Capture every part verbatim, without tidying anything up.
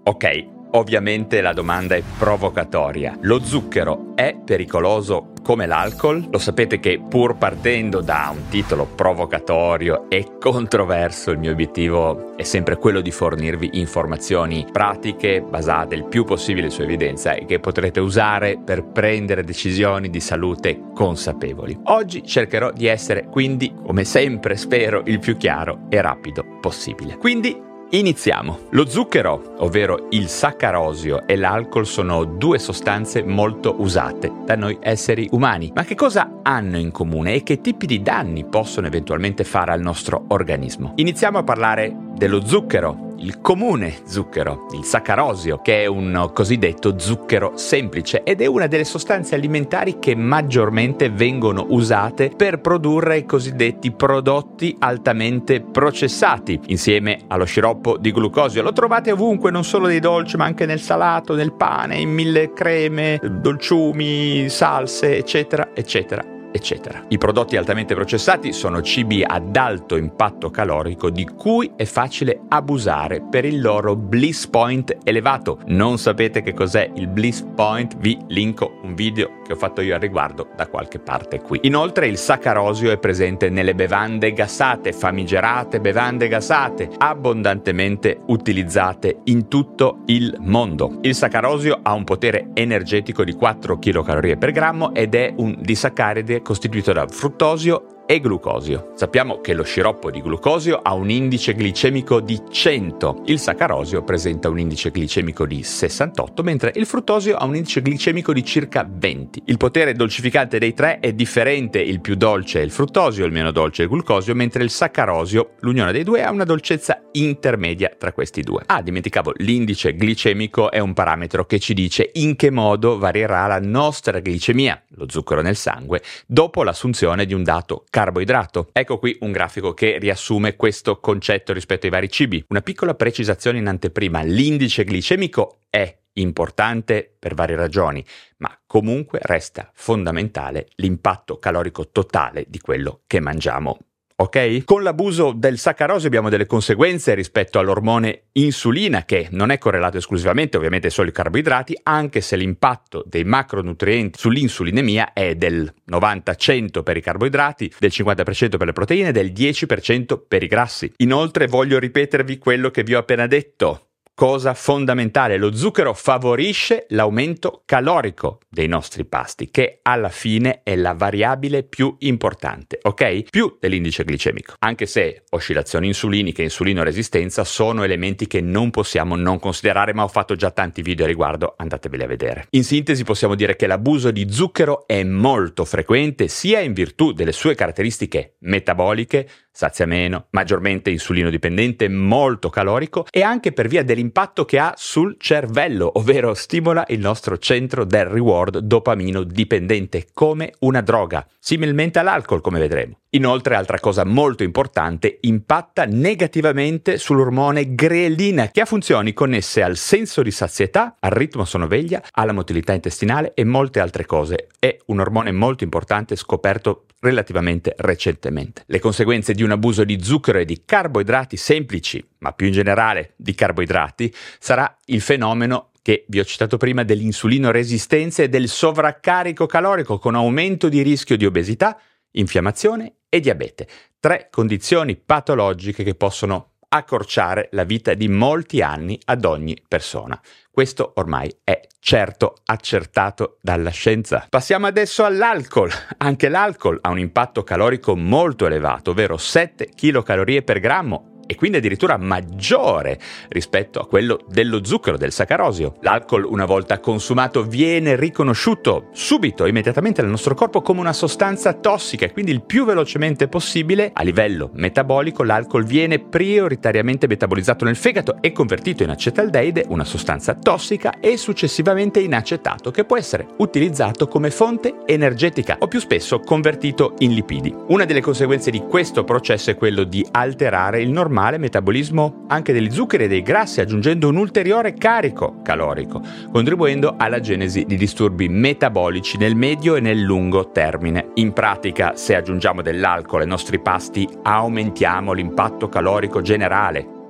Ok, ovviamente la domanda è provocatoria. Lo zucchero è pericoloso come l'alcol? Lo sapete che pur partendo da un titolo provocatorio e controverso, il mio obiettivo è sempre quello di fornirvi informazioni pratiche basate il più possibile su evidenza e che potrete usare per prendere decisioni di salute consapevoli. Oggi cercherò di essere quindi, come sempre spero, il più chiaro e rapido possibile. Quindi iniziamo. Lo zucchero, ovvero il saccarosio, e l'alcol sono due sostanze molto usate da noi esseri umani. Ma che cosa hanno in comune e che tipi di danni possono eventualmente fare al nostro organismo? Iniziamo a parlare dello zucchero. Il comune zucchero, il saccarosio, che è un cosiddetto zucchero semplice ed è una delle sostanze alimentari che maggiormente vengono usate per produrre i cosiddetti prodotti altamente processati, insieme allo sciroppo di glucosio. Lo trovate ovunque, non solo nei dolci, ma anche nel salato, nel pane, in mille creme, dolciumi, salse, eccetera, eccetera. eccetera. I prodotti altamente processati sono cibi ad alto impatto calorico di cui è facile abusare per il loro bliss point elevato. Non sapete che cos'è il bliss point? Vi linko un video che ho fatto io al riguardo da qualche parte qui. Inoltre il saccarosio è presente nelle bevande gassate, famigerate bevande gassate, abbondantemente utilizzate in tutto il mondo. Il saccarosio ha un potere energetico di quattro chilocalorie per grammo ed è un disaccaride costituito da fruttosio e glucosio. Sappiamo che lo sciroppo di glucosio ha un indice glicemico di cento, il saccarosio presenta un indice glicemico di sessantotto, mentre il fruttosio ha un indice glicemico di circa venti. Il potere dolcificante dei tre è differente, il più dolce è il fruttosio, il meno dolce è il glucosio, mentre il saccarosio, l'unione dei due, ha una dolcezza intermedia tra questi due. Ah, dimenticavo, l'indice glicemico è un parametro che ci dice in che modo varierà la nostra glicemia, lo zucchero nel sangue, dopo l'assunzione di un dato carboidrato. Ecco qui un grafico che riassume questo concetto rispetto ai vari cibi. Una piccola precisazione in anteprima: l'indice glicemico è importante per varie ragioni, ma comunque resta fondamentale l'impatto calorico totale di quello che mangiamo. Ok? Con l'abuso del saccarosio abbiamo delle conseguenze rispetto all'ormone insulina, che non è correlato esclusivamente ovviamente solo ai carboidrati, anche se l'impatto dei macronutrienti sull'insulinemia è del novanta cento per i carboidrati, del cinquanta per cento per le proteine, del dieci per cento per i grassi. Inoltre voglio ripetervi quello che vi ho appena detto. Cosa fondamentale: lo zucchero favorisce l'aumento calorico dei nostri pasti, che alla fine è la variabile più importante, ok? Più dell'indice glicemico. Anche se oscillazioni insuliniche e insulinoresistenza sono elementi che non possiamo non considerare, ma ho fatto già tanti video a riguardo, andateveli a vedere. In sintesi possiamo dire che l'abuso di zucchero è molto frequente sia in virtù delle sue caratteristiche metaboliche, sazia meno, maggiormente insulino dipendente, molto calorico, e anche per via dell'impatto che ha sul cervello, ovvero stimola il nostro centro del reward dopamino dipendente come una droga, similmente all'alcol, come vedremo. Inoltre, altra cosa molto importante, impatta negativamente sull'ormone grelina, che ha funzioni connesse al senso di sazietà, al ritmo sonno-veglia, alla motilità intestinale e molte altre cose. È un ormone molto importante scoperto relativamente recentemente. Le conseguenze di un abuso di zucchero e di carboidrati semplici, ma più in generale di carboidrati, sarà il fenomeno che vi ho citato prima dell'insulinoresistenza e del sovraccarico calorico, con aumento di rischio di obesità, infiammazione e diabete. Tre condizioni patologiche che possono accorciare la vita di molti anni ad ogni persona. Questo ormai è certo, accertato dalla scienza. Passiamo adesso all'alcol. Anche l'alcol ha un impatto calorico molto elevato, ovvero sette chilocalorie per grammo, e quindi addirittura maggiore rispetto a quello dello zucchero, del saccarosio. L'alcol, una volta consumato, viene riconosciuto subito, immediatamente dal nostro corpo come una sostanza tossica, e quindi il più velocemente possibile a livello metabolico l'alcol viene prioritariamente metabolizzato nel fegato e convertito in acetaldeide, una sostanza tossica, e successivamente in acetato, che può essere utilizzato come fonte energetica o più spesso convertito in lipidi. Una delle conseguenze di questo processo è quello di alterare il normale metabolismo anche degli zuccheri e dei grassi, aggiungendo un ulteriore carico calorico, contribuendo alla genesi di disturbi metabolici nel medio e nel lungo termine. In pratica, se aggiungiamo dell'alcol ai nostri pasti, aumentiamo l'impatto calorico generale,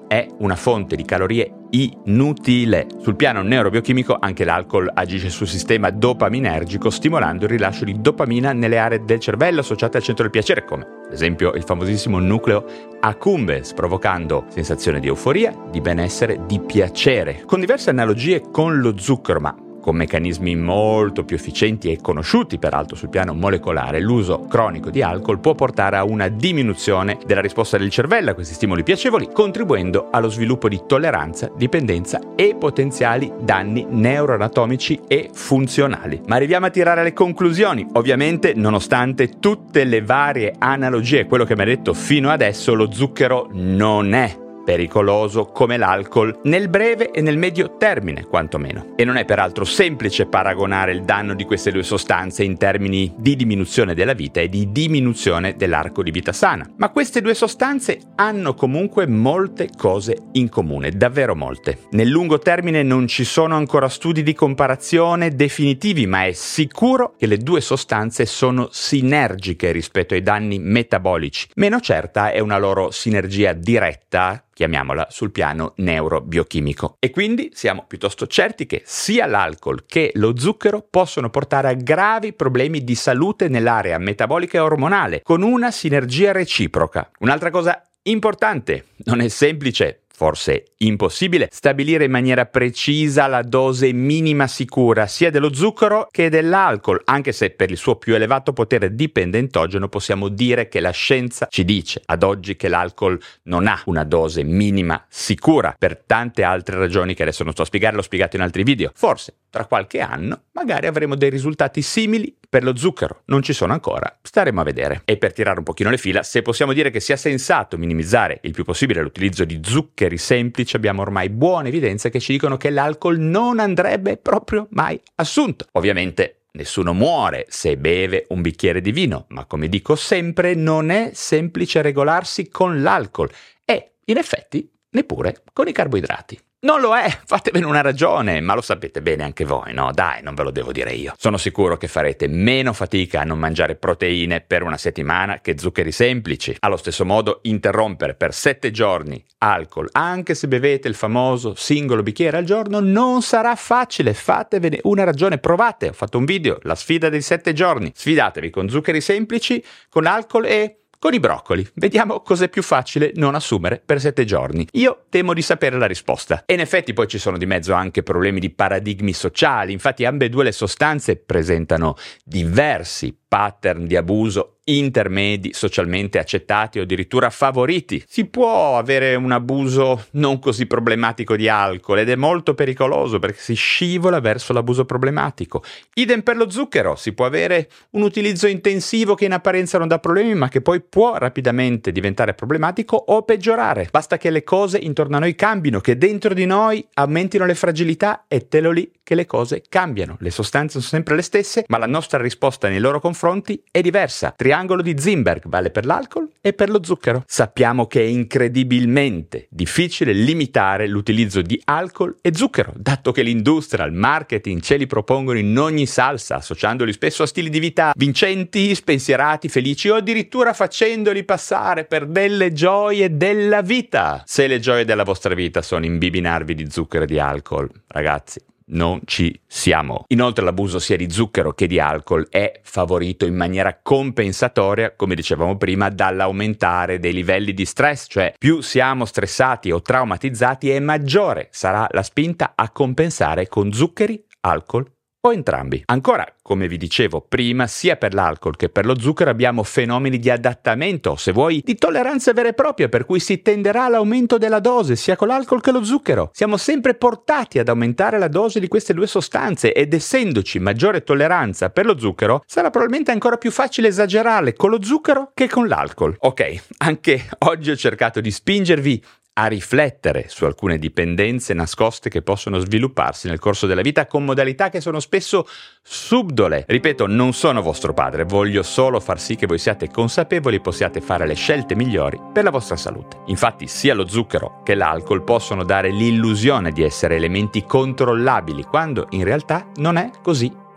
è una fonte di calorie inutile. Sul piano neurobiochimico anche l'alcol agisce sul sistema dopaminergico, stimolando il rilascio di dopamina nelle aree del cervello associate al centro del piacere, come ad esempio il famosissimo nucleo accumbens, provocando sensazione di euforia, di benessere, di piacere. Con diverse analogie con lo zucchero, ma con meccanismi molto più efficienti e conosciuti peraltro sul piano molecolare, l'uso cronico di alcol può portare a una diminuzione della risposta del cervello a questi stimoli piacevoli, contribuendo allo sviluppo di tolleranza, dipendenza e potenziali danni neuroanatomici e funzionali. Ma arriviamo a tirare le conclusioni. Ovviamente, nonostante tutte le varie analogie, quello che mi ha detto fino adesso, lo zucchero non è pericoloso come l'alcol nel breve e nel medio termine, quantomeno. E non è peraltro semplice paragonare il danno di queste due sostanze in termini di diminuzione della vita e di diminuzione dell'arco di vita sana. Ma queste due sostanze hanno comunque molte cose in comune, davvero molte. Nel lungo termine non ci sono ancora studi di comparazione definitivi, ma è sicuro che le due sostanze sono sinergiche rispetto ai danni metabolici. Meno certa è una loro sinergia diretta, chiamiamola, sul piano neurobiochimico. E quindi siamo piuttosto certi che sia l'alcol che lo zucchero possono portare a gravi problemi di salute nell'area metabolica e ormonale, con una sinergia reciproca. Un'altra cosa importante, non è semplice, forse impossibile, stabilire in maniera precisa la dose minima sicura sia dello zucchero che dell'alcol, anche se per il suo più elevato potere dipendentogeno possiamo dire che la scienza ci dice ad oggi che l'alcol non ha una dose minima sicura, per tante altre ragioni che adesso non sto a spiegare, l'ho spiegato in altri video. Forse tra qualche anno magari avremo dei risultati simili per lo zucchero, non ci sono ancora, staremo a vedere. E per tirare un pochino le fila, se possiamo dire che sia sensato minimizzare il più possibile l'utilizzo di zuccheri semplici, abbiamo ormai buone evidenze che ci dicono che l'alcol non andrebbe proprio mai assunto. Ovviamente nessuno muore se beve un bicchiere di vino, ma come dico sempre, non è semplice regolarsi con l'alcol e, in effetti, neppure con i carboidrati. Non lo è, fatevene una ragione, ma lo sapete bene anche voi, no? Dai, non ve lo devo dire io. Sono sicuro che farete meno fatica a non mangiare proteine per una settimana che zuccheri semplici. Allo stesso modo, interrompere per sette giorni alcol, anche se bevete il famoso singolo bicchiere al giorno, non sarà facile. Fatevene una ragione, provate. Ho fatto un video, la sfida dei sette giorni. Sfidatevi con zuccheri semplici, con alcol e con i broccoli. Vediamo cos'è più facile non assumere per sette giorni. Io temo di sapere la risposta. E in effetti poi ci sono di mezzo anche problemi di paradigmi sociali. Infatti ambedue le sostanze presentano diversi pattern di abuso intermedi, socialmente accettati o addirittura favoriti. Si può avere un abuso non così problematico di alcol ed è molto pericoloso perché si scivola verso l'abuso problematico. Idem per lo zucchero, si può avere un utilizzo intensivo che in apparenza non dà problemi ma che poi può rapidamente diventare problematico o peggiorare. Basta che le cose intorno a noi cambino, che dentro di noi aumentino le fragilità e te lo lì che le cose cambiano. Le sostanze sono sempre le stesse, ma la nostra risposta nei loro confronti è diversa. Triangolo di Zimberg vale per l'alcol e per lo zucchero. Sappiamo che è incredibilmente difficile limitare l'utilizzo di alcol e zucchero, dato che l'industria, il marketing ce li propongono in ogni salsa, associandoli spesso a stili di vita vincenti, spensierati, felici o addirittura facendoli passare per delle gioie della vita. Se le gioie della vostra vita sono imbibinarvi di zucchero e di alcol, ragazzi, non ci siamo. Inoltre l'abuso sia di zucchero che di alcol è favorito in maniera compensatoria, come dicevamo prima, dall'aumentare dei livelli di stress, cioè più siamo stressati o traumatizzati e maggiore sarà la spinta a compensare con zuccheri, alcol o entrambi. Ancora, come vi dicevo prima, sia per l'alcol che per lo zucchero abbiamo fenomeni di adattamento, se vuoi, di tolleranza vera e propria, per cui si tenderà all'aumento della dose sia con l'alcol che lo zucchero. Siamo sempre portati ad aumentare la dose di queste due sostanze ed essendoci maggiore tolleranza per lo zucchero, sarà probabilmente ancora più facile esagerare con lo zucchero che con l'alcol. Ok, anche oggi ho cercato di spingervi a riflettere su alcune dipendenze nascoste che possono svilupparsi nel corso della vita con modalità che sono spesso subdole. Ripeto, non sono vostro padre, voglio solo far sì che voi siate consapevoli e possiate fare le scelte migliori per la vostra salute. Infatti, sia lo zucchero che l'alcol possono dare l'illusione di essere elementi controllabili, quando in realtà non è così.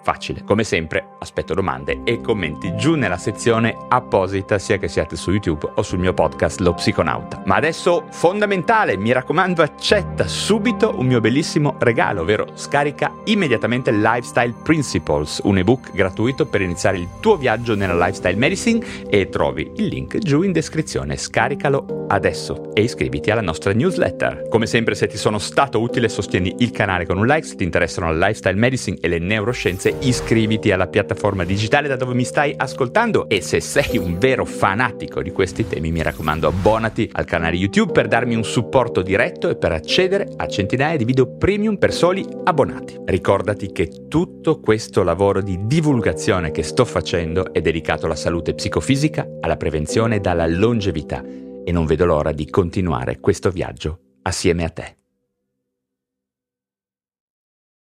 Facile, come sempre aspetto domande e commenti giù nella sezione apposita, sia che siate su YouTube o sul mio podcast Lo Psiconauta. Ma adesso fondamentale, mi raccomando, accetta subito un mio bellissimo regalo, ovvero scarica immediatamente Lifestyle Principles, un ebook gratuito per iniziare il tuo viaggio nella lifestyle medicine, e trovi il link giù in descrizione. Scaricalo adesso e iscriviti alla nostra newsletter. Come sempre, se ti sono stato utile, sostieni il canale con un like. Se ti interessano la lifestyle medicine e le neuroscienze, iscriviti alla piattaforma digitale da dove mi stai ascoltando, e se sei un vero fanatico di questi temi, mi raccomando, abbonati al canale YouTube per darmi un supporto diretto e per accedere a centinaia di video premium per soli abbonati. Ricordati che tutto questo lavoro di divulgazione che sto facendo è dedicato alla salute psicofisica, alla prevenzione e alla longevità, e non vedo l'ora di continuare questo viaggio assieme a te.